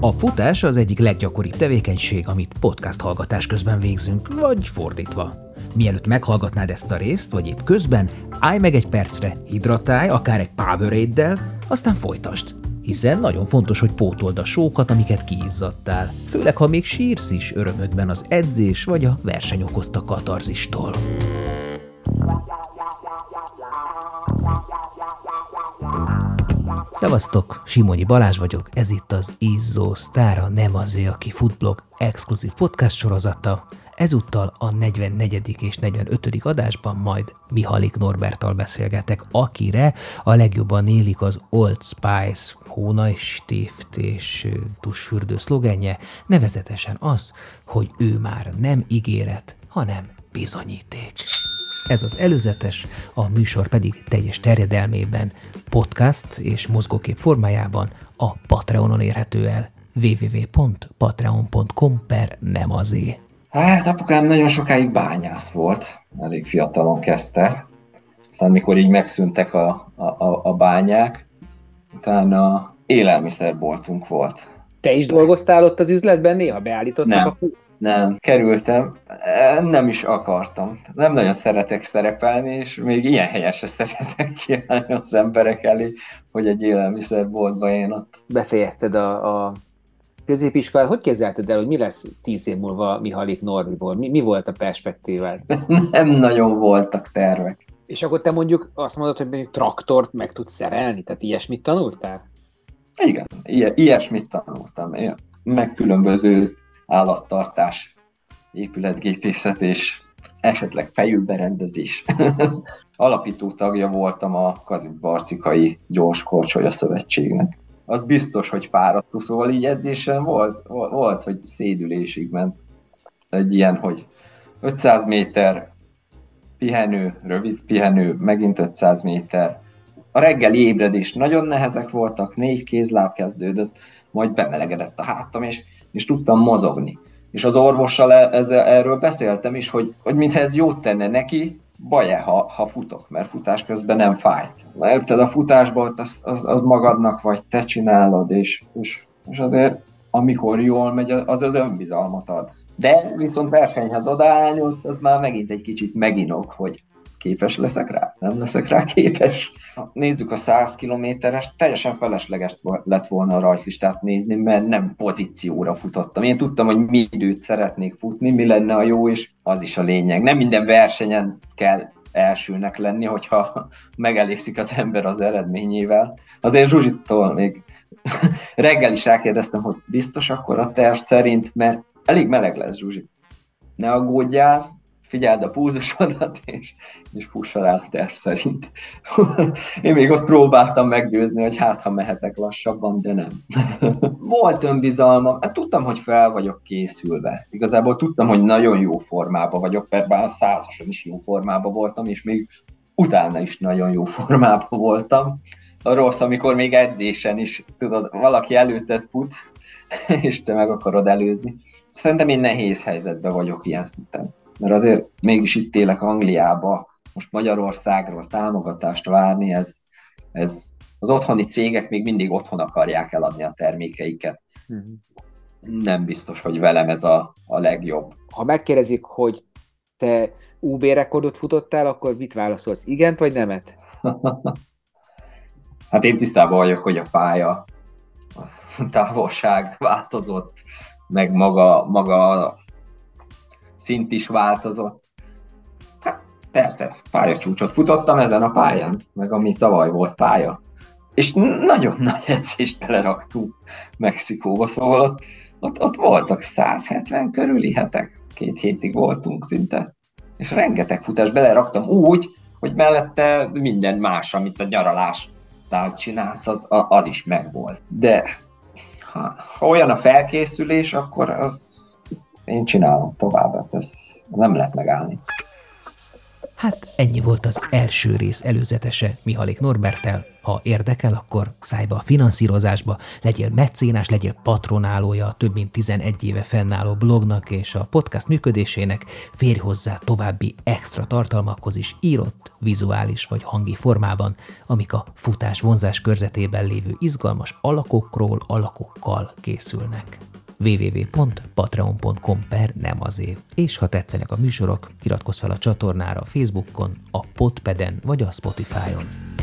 A futás az egyik leggyakoribb tevékenység, amit podcast hallgatás közben végzünk, vagy fordítva. Mielőtt meghallgatnád ezt a részt, vagy épp közben, állj meg egy percre, hidratálj, akár egy Powerade-del, aztán folytasd. Hiszen nagyon fontos, hogy pótold a sókat, amiket kiizzadtál. Főleg, ha még sírsz is örömödben az edzés vagy a verseny okozta katarzistól. Szevasztok, Simonyi Balázs vagyok, ez itt az Izzó Sztára nem azé, aki futblog exkluzív podcast sorozata. Ezúttal a 44. és 45. adásban majd Mihallik Norberttal beszélgetek, akire a legjobban élik az Old Spice hónajstift és tusfürdő szlogenje, nevezetesen az, hogy ő már nem ígéret, hanem bizonyíték. Ez az előzetes, a műsor pedig teljes terjedelmében, podcast és mozgókép formájában a Patreonon érhető el. www.patreon.com/nemazé. Hát apukám nagyon sokáig bányász volt, elég fiatalon kezdte. Aztán mikor így megszűntek a bányák, utána élelmiszerboltunk volt. Te is dolgoztál ott az üzletben? Néha beállítottak Nem, kerültem, nem is akartam. Nem nagyon szeretek szerepelni, és még ilyen helyen se szeretek kiállni az emberek elé, hogy egy élelmiszerboltban én ott. Befejezted a középiskolát. Hogy képzelted el, hogy mi lesz 10 év múlva Mihallik Norbiból? Mi volt a perspektívád? Nem nagyon voltak tervek. És akkor te mondjuk azt mondod, hogy mondjuk traktort meg tudsz szerelni? Tehát ilyesmit tanultál? Igen, ilyesmit tanultam. Meg különböző állattartás, épületgépészet és esetleg fejülberendezés. Alapító tagja voltam a Kazincbarcikai Gyorskorcsolya Szövetségnek. Az biztos, hogy fáradt, szóval így edzésen volt, hogy szédülésig ment. Egy ilyen, hogy 500 méter pihenő, rövid pihenő, megint 500 méter. A reggeli ébredés nagyon nehezek voltak, 4 kézláb kezdődött, majd bemelegedett a hátam, és tudtam mozogni. És az orvossal erről beszéltem is, hogy mintha ez jót tenne neki, baj-e, ha futok, mert futás közben nem fájt. Mert a futásban az magadnak vagy, te csinálod, és azért amikor jól megy, az önbizalmat ad. De viszont versenyhez odaállni, az már megint egy kicsit meginok, hogy képes leszek rá, nem leszek rá képes. Nézzük a 100 kilométeres, teljesen felesleges lett volna a rajtlistát nézni, mert nem pozícióra futottam. Én tudtam, hogy mi időt szeretnék futni, mi lenne a jó, és az is a lényeg. Nem minden versenyen kell elsőnek lenni, hogyha megelégszik az ember az eredményével. Azért Zsuzsittól még reggel is rákérdeztem, hogy biztos akkor a terv szerint, mert elég meleg lesz, Zsuzsi. Ne aggódjál, figyeld a púzusodat, és fuss fel el a terv szerint. Én még ott próbáltam meggyőzni, hogy ha mehetek lassabban, de nem. Volt önbizalmam, tudtam, hogy fel vagyok készülve. Igazából tudtam, hogy nagyon jó formában vagyok, mert bár 100-ason is jó formában voltam, és még utána is nagyon jó formában voltam. A rossz, amikor még edzésen is, tudod, valaki előtted fut, és te meg akarod előzni. Szerintem én nehéz helyzetben vagyok ilyen szinten. Mert azért mégis itt élek Angliába, most Magyarországról támogatást várni, ez az otthoni cégek még mindig otthon akarják eladni a termékeiket. Nem biztos, hogy velem ez a legjobb. Ha megkérdezik, hogy te UB rekordot futottál, akkor mit válaszolsz? Igent vagy nemet? Hát én tisztában vagyok, hogy a pálya, a távolság változott, meg maga szint is változott. Hát persze, pályacsúcsot futottam ezen a pályán, meg ami tavaly volt pálya. És nagyon nagy edzést beleraktunk Mexikóba, szóval ott voltak 170 körüli hetek, 2 hétig voltunk szinte. És rengeteg futás beleraktam úgy, hogy mellette minden más, amit a nyaralásnál csinálsz, az is megvolt. De ha olyan a felkészülés, akkor az én csinálom tovább, ezt nem lehet megállni. Hát ennyi volt az első rész előzetese Mihályk Norberttel. Ha érdekel, akkor szállj be a finanszírozásba, legyél mecénás, legyél patronálója a több mint 11 éve fennálló blognak és a podcast működésének, férj hozzá további extra tartalmakhoz is írott, vizuális vagy hangi formában, amik a futás vonzás körzetében lévő izgalmas alakokról, alakokkal készülnek. www.patreon.com/nemazé. És ha tetszenek a műsorok, iratkozz fel a csatornára a Facebookon, a Podpeden vagy a Spotify-on.